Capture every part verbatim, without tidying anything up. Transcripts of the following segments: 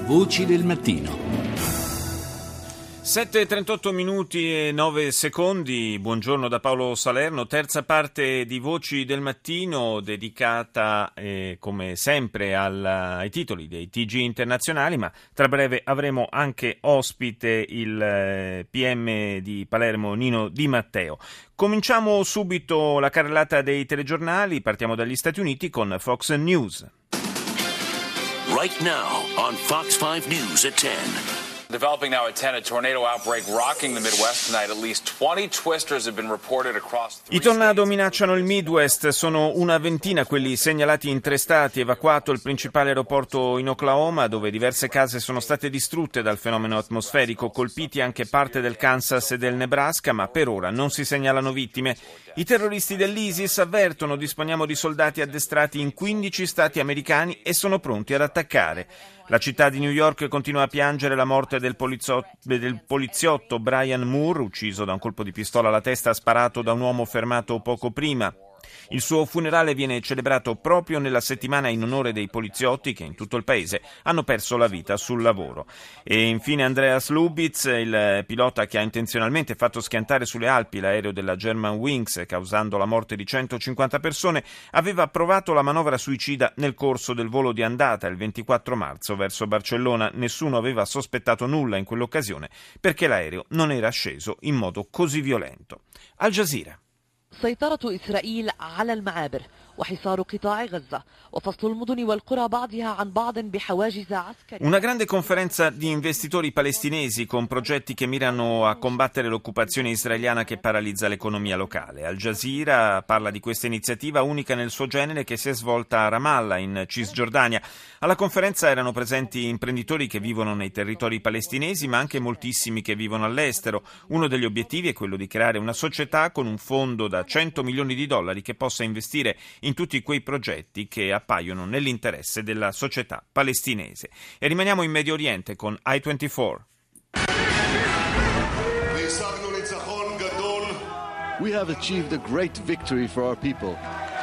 Voci del mattino. sette e trentotto minuti e nove secondi, buongiorno da Paolo Salerno, terza parte di Voci del Mattino dedicata eh, come sempre al, ai titoli dei T G internazionali, ma tra breve avremo anche ospite il eh, P M di Palermo Nino Di Matteo. Cominciamo subito la carrellata dei telegiornali, partiamo dagli Stati Uniti con Fox News. Right now on Fox five News at ten. Developing now at ten, a tornado outbreak rocking the Midwest tonight. At least twenty twisters have been reported across three I tornado states. minacciano il Midwest, sono una ventina quelli segnalati in tre stati, evacuato il principale aeroporto in Oklahoma, dove diverse case sono state distrutte dal fenomeno atmosferico, colpiti anche parte del Kansas e del Nebraska, ma per ora non si segnalano vittime. I terroristi dell'ISIS avvertono: disponiamo di soldati addestrati in quindici stati americani e sono pronti ad attaccare. La città di New York continua a piangere la morte del poliziotto, del poliziotto Brian Moore, ucciso da un colpo di pistola alla testa sparato da un uomo fermato poco prima. Il suo funerale viene celebrato proprio nella settimana in onore dei poliziotti che in tutto il paese hanno perso la vita sul lavoro. E infine Andreas Lubitz, il pilota che ha intenzionalmente fatto schiantare sulle Alpi l'aereo della Germanwings causando la morte di centocinquanta persone, aveva provato la manovra suicida nel corso del volo di andata il ventiquattro marzo verso Barcellona. Nessuno aveva sospettato nulla in quell'occasione perché l'aereo non era sceso in modo così violento. Al Jazeera. سيطرة إسرائيل على المعابر وحصار قطاع غزة وفصل المدن والقرى بعضها عن بعض بحواجز عسكرية. Una grande conferenza di investitori palestinesi con progetti che mirano a combattere l'occupazione israeliana che paralizza l'economia locale. Al Jazeera parla di questa iniziativa unica nel suo genere che si è svolta a Ramallah, in Cisgiordania. Alla conferenza erano presenti imprenditori che vivono nei territori palestinesi, ma anche moltissimi che vivono all'estero. Uno degli obiettivi è quello di creare una società con un fondo da cento milioni di dollari che possa investire in tutti quei progetti che appaiono nell'interesse della società palestinese. E rimaniamo in Medio Oriente con I ventiquattro. We have achieved a great victory for our people.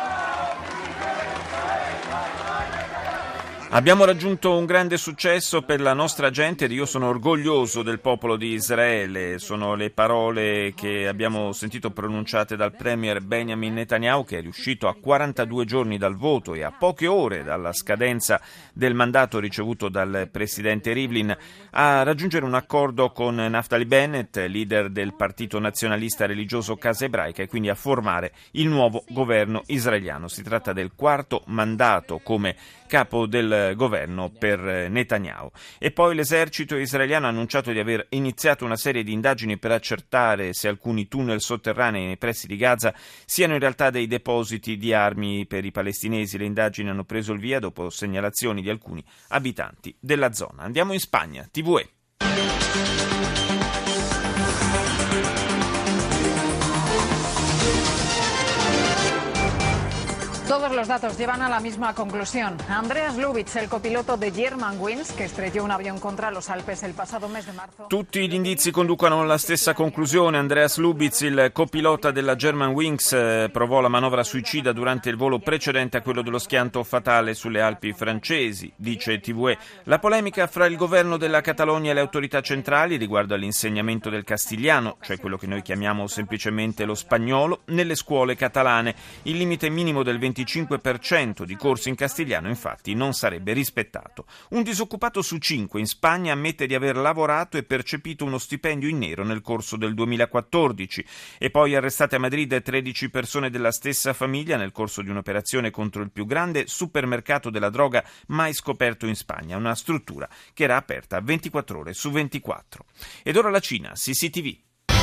Abbiamo raggiunto un grande successo per la nostra gente ed io sono orgoglioso del popolo di Israele. Sono le parole che abbiamo sentito pronunciate dal premier Benjamin Netanyahu, che è riuscito a quarantadue giorni dal voto e a poche ore dalla scadenza del mandato ricevuto dal presidente Rivlin a raggiungere un accordo con Naftali Bennett, leader del partito nazionalista religioso Casa Ebraica, e quindi a formare il nuovo governo israeliano. Si tratta del quarto mandato come capo del governo per Netanyahu. E poi l'esercito israeliano ha annunciato di aver iniziato una serie di indagini per accertare se alcuni tunnel sotterranei nei pressi di Gaza siano in realtà dei depositi di armi per i palestinesi. Le indagini hanno preso il via dopo segnalazioni di alcuni abitanti della zona. Andiamo in Spagna, T V E. Todos los datos llevan a la misma conclusión. Andreas Lubitz, el copiloto de Germanwings, que estrelló un avión contra los Alpes el pasado mes de marzo. Tutti gli indizi conducono alla stessa conclusione. Andreas Lubitz, il copilota della Germanwings, eh, provò la manovra suicida durante il volo precedente a quello dello schianto fatale sulle Alpi francesi, dice T V E. La polemica fra il governo della Catalogna e le autorità centrali riguardo all'insegnamento del castigliano, cioè quello che noi chiamiamo semplicemente lo spagnolo, nelle scuole catalane. Il limite minimo del venticinque per cento di corsi in castigliano infatti non sarebbe rispettato. Un disoccupato su cinque in Spagna ammette di aver lavorato e percepito uno stipendio in nero nel corso del duemilaquattordici. E poi arrestate a Madrid tredici persone della stessa famiglia nel corso di un'operazione contro il più grande supermercato della droga mai scoperto in Spagna, una struttura che era aperta ventiquattro ore su ventiquattro. Ed ora la Cina, C C T V.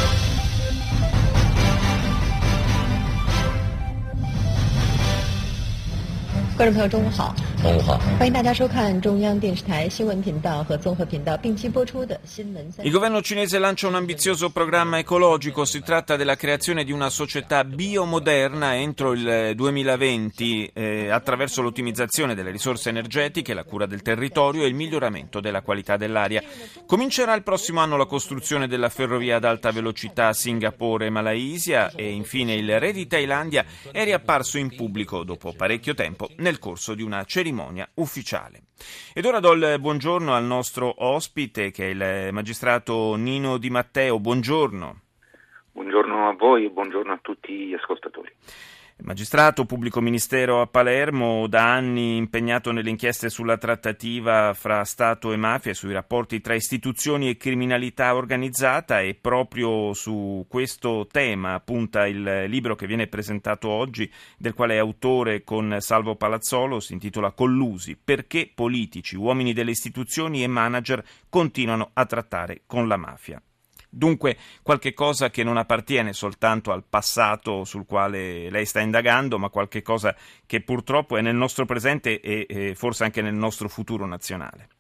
观众朋友，中午好！中午好！欢迎大家收看中央电视台新闻频道和综合频道并期播出的新闻三。 Il governo cinese lancia un ambizioso programma ecologico. Si tratta della creazione di una società biomoderna entro il duemilaventi eh, attraverso l'ottimizzazione delle risorse energetiche, la cura del territorio e il miglioramento della qualità dell'aria. Comincerà il prossimo anno la costruzione della ferrovia ad alta velocità Singapore-Malaysia e infine il re di Thailandia è riapparso in pubblico dopo parecchio tempo nel corso di una cerimonia ufficiale. Ed ora do il buongiorno al nostro ospite, che è il magistrato Nino Di Matteo. Buongiorno. Buongiorno a voi e buongiorno a tutti gli ascoltatori. Magistrato, pubblico ministero a Palermo, da anni impegnato nelle inchieste sulla trattativa fra Stato e mafia e sui rapporti tra istituzioni e criminalità organizzata, e proprio su questo tema punta il libro che viene presentato oggi, del quale è autore con Salvo Palazzolo. Si intitola Collusi: perché politici, uomini delle istituzioni e manager continuano a trattare con la mafia. Dunque qualche cosa che non appartiene soltanto al passato sul quale lei sta indagando, ma qualche cosa che purtroppo è nel nostro presente e, e forse anche nel nostro futuro nazionale.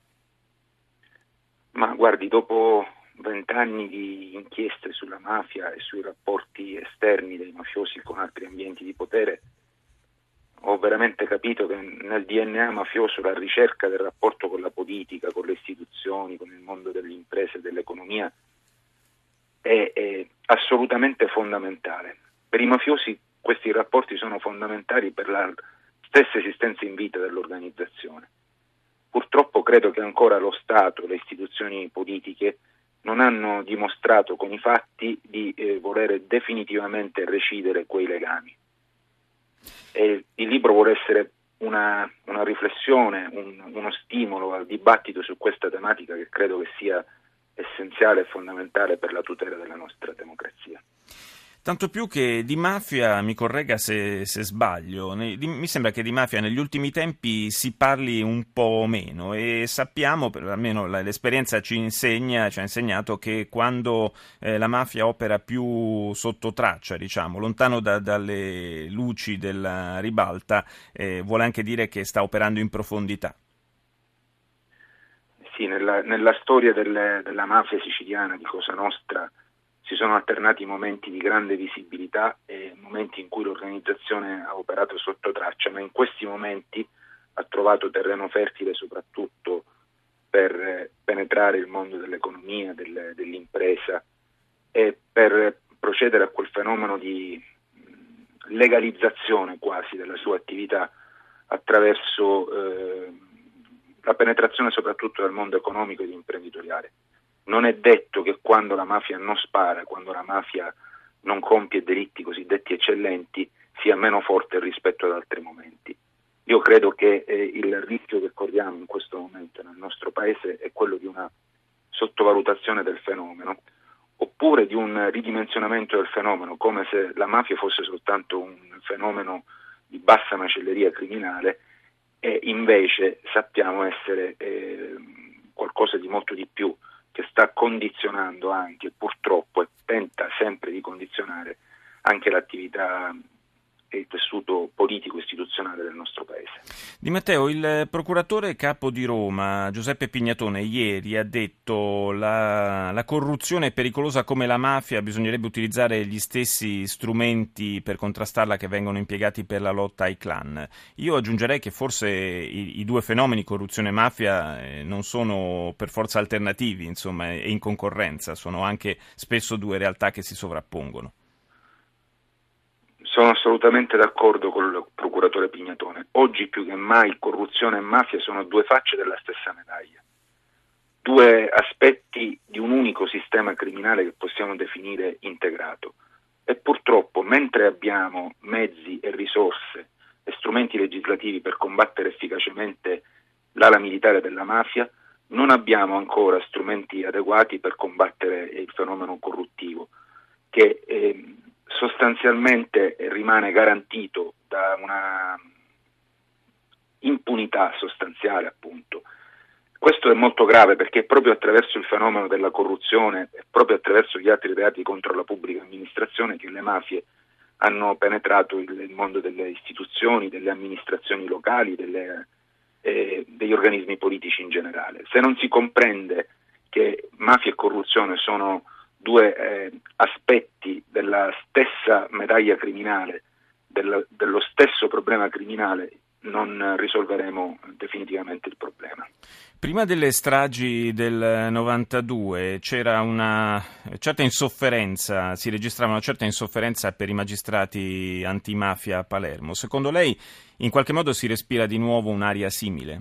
Ma guardi, dopo vent'anni di inchieste sulla mafia e sui rapporti esterni dei mafiosi con altri ambienti di potere, ho veramente capito che nel D N A mafioso la ricerca del rapporto con la politica, con le istituzioni, con il mondo delle imprese e dell'economia È, è assolutamente fondamentale. Per i mafiosi questi rapporti sono fondamentali per la stessa esistenza in vita dell'organizzazione. Purtroppo credo che ancora lo Stato, le istituzioni politiche non hanno dimostrato con i fatti di eh, volere definitivamente recidere quei legami. E il libro vuole essere una, una riflessione, un, uno stimolo al dibattito su questa tematica che credo che sia essenziale e fondamentale per la tutela della nostra democrazia. Tanto più che di mafia, mi corregga se, se sbaglio, ne, di, mi sembra che di mafia negli ultimi tempi si parli un po' meno, e sappiamo, per, almeno la, l'esperienza ci insegna, ci ha insegnato che quando eh, la mafia opera più sotto traccia, diciamo, lontano da, dalle luci della ribalta, eh, vuole anche dire che sta operando in profondità. Sì, nella, nella storia delle, della mafia siciliana, di Cosa Nostra, si sono alternati momenti di grande visibilità e momenti in cui l'organizzazione ha operato sotto traccia, ma in questi momenti ha trovato terreno fertile soprattutto per penetrare il mondo dell'economia, del, dell'impresa e per procedere a quel fenomeno di legalizzazione quasi della sua attività attraverso eh, la penetrazione soprattutto del mondo economico ed imprenditoriale. Non è detto che quando la mafia non spara, quando la mafia non compie delitti cosiddetti eccellenti, sia meno forte rispetto ad altri momenti. Io credo che eh, il rischio che corriamo in questo momento nel nostro Paese è quello di una sottovalutazione del fenomeno, oppure di un ridimensionamento del fenomeno, come se la mafia fosse soltanto un fenomeno di bassa macelleria criminale, e invece sappiamo essere eh, qualcosa di molto di più, che sta condizionando anche, purtroppo, e tenta sempre di condizionare anche l'attività e il tessuto politico istituzionale del nostro Paese. Di Matteo, il procuratore capo di Roma, Giuseppe Pignatone, ieri ha detto la, la corruzione è pericolosa come la mafia, bisognerebbe utilizzare gli stessi strumenti per contrastarla che vengono impiegati per la lotta ai clan. Io aggiungerei che forse i, i due fenomeni, corruzione e mafia, eh, non sono per forza alternativi, insomma, e in concorrenza, sono anche spesso due realtà che si sovrappongono. Sono assolutamente d'accordo con il procuratore Pignatone. Oggi più che mai corruzione e mafia sono due facce della stessa medaglia, due aspetti di un unico sistema criminale che possiamo definire integrato. E purtroppo, mentre abbiamo mezzi e risorse e strumenti legislativi per combattere efficacemente l'ala militare della mafia, non abbiamo ancora strumenti adeguati per combattere il fenomeno corruttivo, che eh, sostanzialmente rimane garantito da una impunità sostanziale, appunto. Questo è molto grave perché è proprio attraverso il fenomeno della corruzione e proprio attraverso gli altri reati contro la pubblica amministrazione che le mafie hanno penetrato il, il mondo delle istituzioni, delle amministrazioni locali, delle, eh, degli organismi politici in generale. Se non si comprende che mafia e corruzione sono due eh, aspetti della stessa medaglia criminale, del, dello stesso problema criminale non risolveremo definitivamente il problema. Prima delle stragi del novantadue c'era una certa insofferenza, si registrava una certa insofferenza per i magistrati antimafia a Palermo. Secondo lei in qualche modo si respira di nuovo un'aria simile?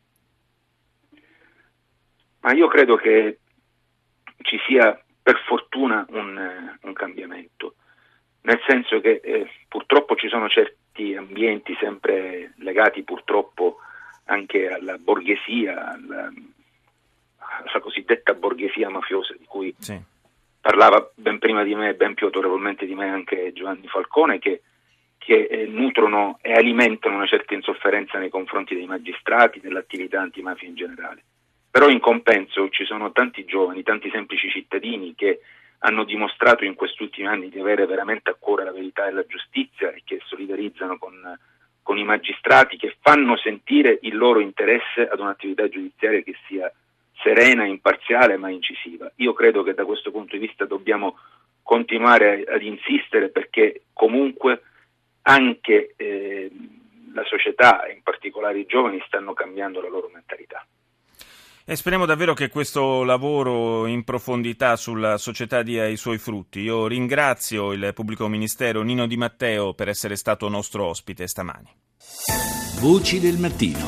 Ma io credo che ci sia per fortuna un, un cambiamento, nel senso che eh, purtroppo ci sono certi ambienti sempre legati purtroppo anche alla borghesia, alla, alla cosiddetta borghesia mafiosa di cui sì. parlava ben prima di me, ben più autorevolmente di me anche Giovanni Falcone, che, che eh, nutrono e alimentano una certa insofferenza nei confronti dei magistrati, dell'attività antimafia in generale. Però in compenso ci sono tanti giovani, tanti semplici cittadini che hanno dimostrato in questi ultimi anni di avere veramente a cuore la verità e la giustizia e che solidarizzano con con i magistrati, che fanno sentire il loro interesse ad un'attività giudiziaria che sia serena, imparziale ma incisiva. Io credo che da questo punto di vista dobbiamo continuare ad insistere, perché comunque anche eh, la società e in particolare i giovani stanno cambiando la loro mentalità. E speriamo davvero che questo lavoro in profondità sulla società dia i suoi frutti. Io ringrazio il pubblico ministero Nino Di Matteo per essere stato nostro ospite stamani. Voci del mattino.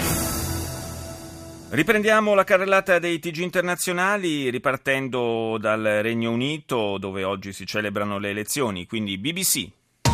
Riprendiamo la carrellata dei T G internazionali ripartendo dal Regno Unito, dove oggi si celebrano le elezioni, quindi B B C.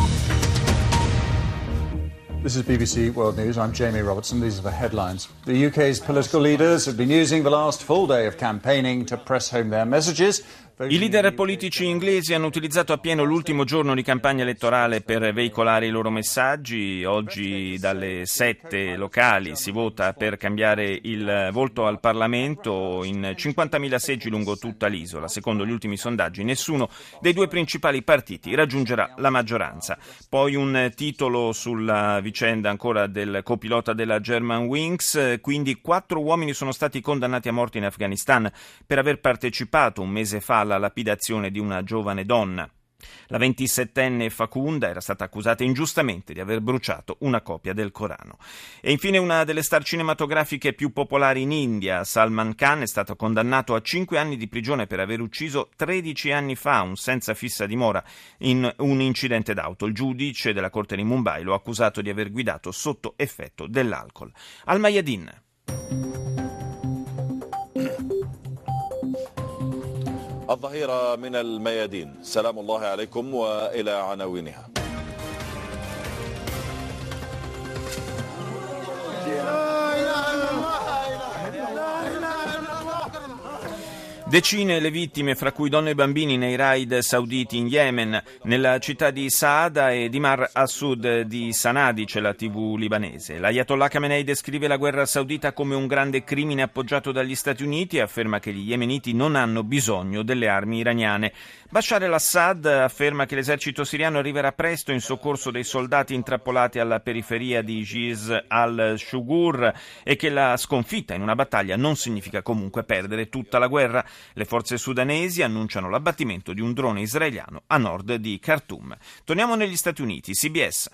This is B B C World News. I'm Jamie Robertson. These are the headlines. The U K's political leaders have been using the last full day of campaigning to press home their messages. I leader politici inglesi hanno utilizzato appieno l'ultimo giorno di campagna elettorale per veicolare i loro messaggi. Oggi dalle sette locali si vota per cambiare il volto al Parlamento in cinquantamila seggi lungo tutta l'isola. Secondo gli ultimi sondaggi nessuno dei due principali partiti raggiungerà la maggioranza. Poi un titolo sulla vicenda ancora del copilota della Germanwings. Quindi quattro uomini sono stati condannati a morte in Afghanistan per aver partecipato un mese fa alla lapidazione di una giovane donna. La ventisettenne Facunda era stata accusata ingiustamente di aver bruciato una copia del Corano. E infine una delle star cinematografiche più popolari in India, Salman Khan, è stato condannato a cinque anni di prigione per aver ucciso tredici anni fa un senza fissa dimora in un incidente d'auto. Il giudice della Corte di Mumbai lo ha accusato di aver guidato sotto effetto dell'alcol. Al Mayadin. الظهيرة من الميادين سلام الله عليكم وإلى عناوينها. Decine le vittime, fra cui donne e bambini, nei raid sauditi in Yemen. Nella città di Saada e di Mar a-Sud di Sanaa, dice la tivù libanese. L'Ayatollah Khamenei descrive la guerra saudita come un grande crimine appoggiato dagli Stati Uniti e afferma che gli yemeniti non hanno bisogno delle armi iraniane. Bashar al-Assad afferma che l'esercito siriano arriverà presto in soccorso dei soldati intrappolati alla periferia di Jiz al-Shugur e che la sconfitta in una battaglia non significa comunque perdere tutta la guerra. Le forze sudanesi annunciano l'abbattimento di un drone israeliano a nord di Khartoum. Torniamo negli Stati Uniti. C B S.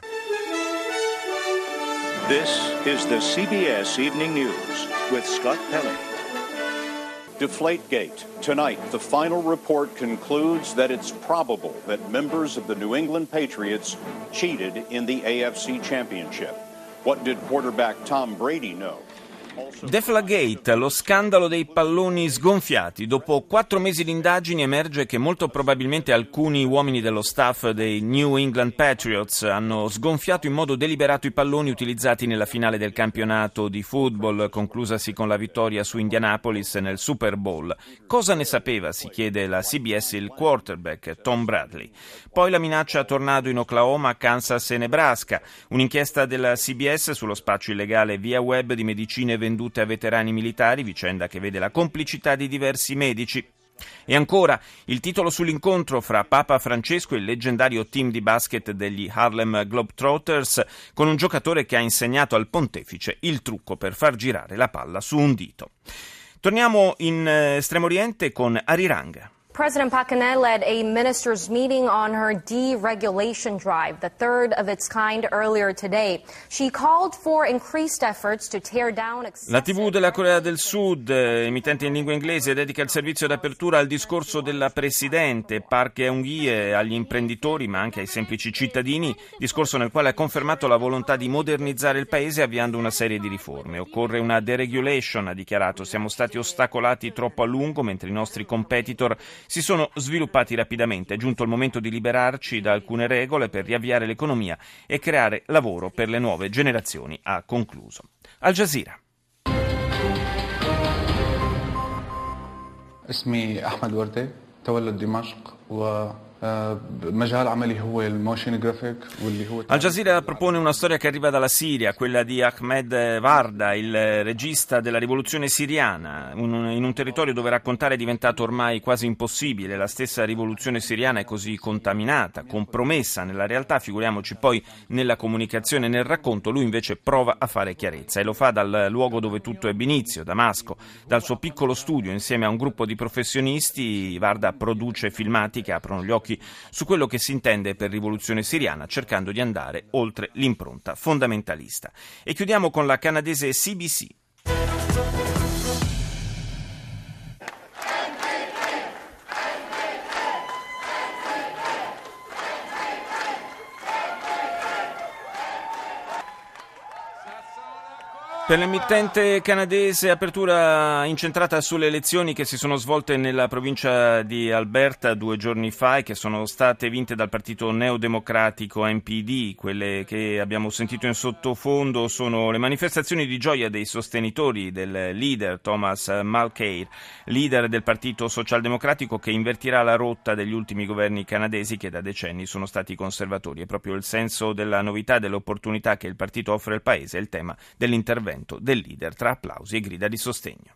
This is the C B S Evening News with Scott Pelley. Deflategate. Tonight, the final report concludes that it's probable that members of the New England Patriots cheated in the A F C Championship. What did quarterback Tom Brady know? Deflategate, lo scandalo dei palloni sgonfiati. Dopo quattro mesi di indagini emerge che molto probabilmente alcuni uomini dello staff dei New England Patriots hanno sgonfiato in modo deliberato i palloni utilizzati nella finale del campionato di football, conclusasi con la vittoria su Indianapolis nel Super Bowl. Cosa ne sapeva, si chiede la C B S, il quarterback Tom Bradley. Poi la minaccia a tornado in Oklahoma, Kansas e Nebraska. Un'inchiesta della C B S sullo spaccio illegale via web di medicine vendute a veterani militari, vicenda che vede la complicità di diversi medici. E ancora il titolo sull'incontro fra Papa Francesco e il leggendario team di basket degli Harlem Globetrotters, con un giocatore che ha insegnato al pontefice il trucco per far girare la palla su un dito. Torniamo in Estremo Oriente con Arirang. President Park Geun-hye led a ministers' meeting on her deregulation drive, the third of its kind, earlier today. She called for increased efforts to tear down La tivù della Corea del Sud, emittente in lingua inglese, dedica il servizio d'apertura al discorso della Presidente Park Geun-hye agli imprenditori ma anche ai semplici cittadini, discorso nel quale ha confermato la volontà di modernizzare il paese avviando una serie di riforme. Occorre una deregulation, ha dichiarato, siamo stati ostacolati troppo a lungo mentre i nostri competitor si sono sviluppati rapidamente. È giunto il momento di liberarci da alcune regole per riavviare l'economia e creare lavoro per le nuove generazioni, ha concluso. Al Jazeera. اسمي أحمد وردة تولد دمشق و مجال عملي هو الموشن جرافيك واللي هو Al Jazeera propone una storia che arriva dalla Siria, quella di Ahmed Varda, il regista della rivoluzione siriana, un, in un territorio dove raccontare è diventato ormai quasi impossibile. La stessa rivoluzione siriana è così contaminata, compromessa nella realtà, figuriamoci poi nella comunicazione e nel racconto. Lui invece prova a fare chiarezza e lo fa dal luogo dove tutto ebbe inizio, Damasco. Dal suo piccolo studio insieme a un gruppo di professionisti Varda produce filmati che aprono gli occhi su quello che si intende per rivoluzione siriana, cercando di andare oltre l'impronta fondamentalista. E chiudiamo con la canadese C B C. Per l'emittente canadese, apertura incentrata sulle elezioni che si sono svolte nella provincia di Alberta due giorni fa e che sono state vinte dal partito neodemocratico N P D. Quelle che abbiamo sentito in sottofondo sono le manifestazioni di gioia dei sostenitori del leader Thomas Mulcair, leader del partito socialdemocratico che invertirà la rotta degli ultimi governi canadesi che da decenni sono stati conservatori. È proprio il senso della novità e dell'opportunità che il partito offre al paese, è il tema dell'intervento del leader tra applausi e grida di sostegno.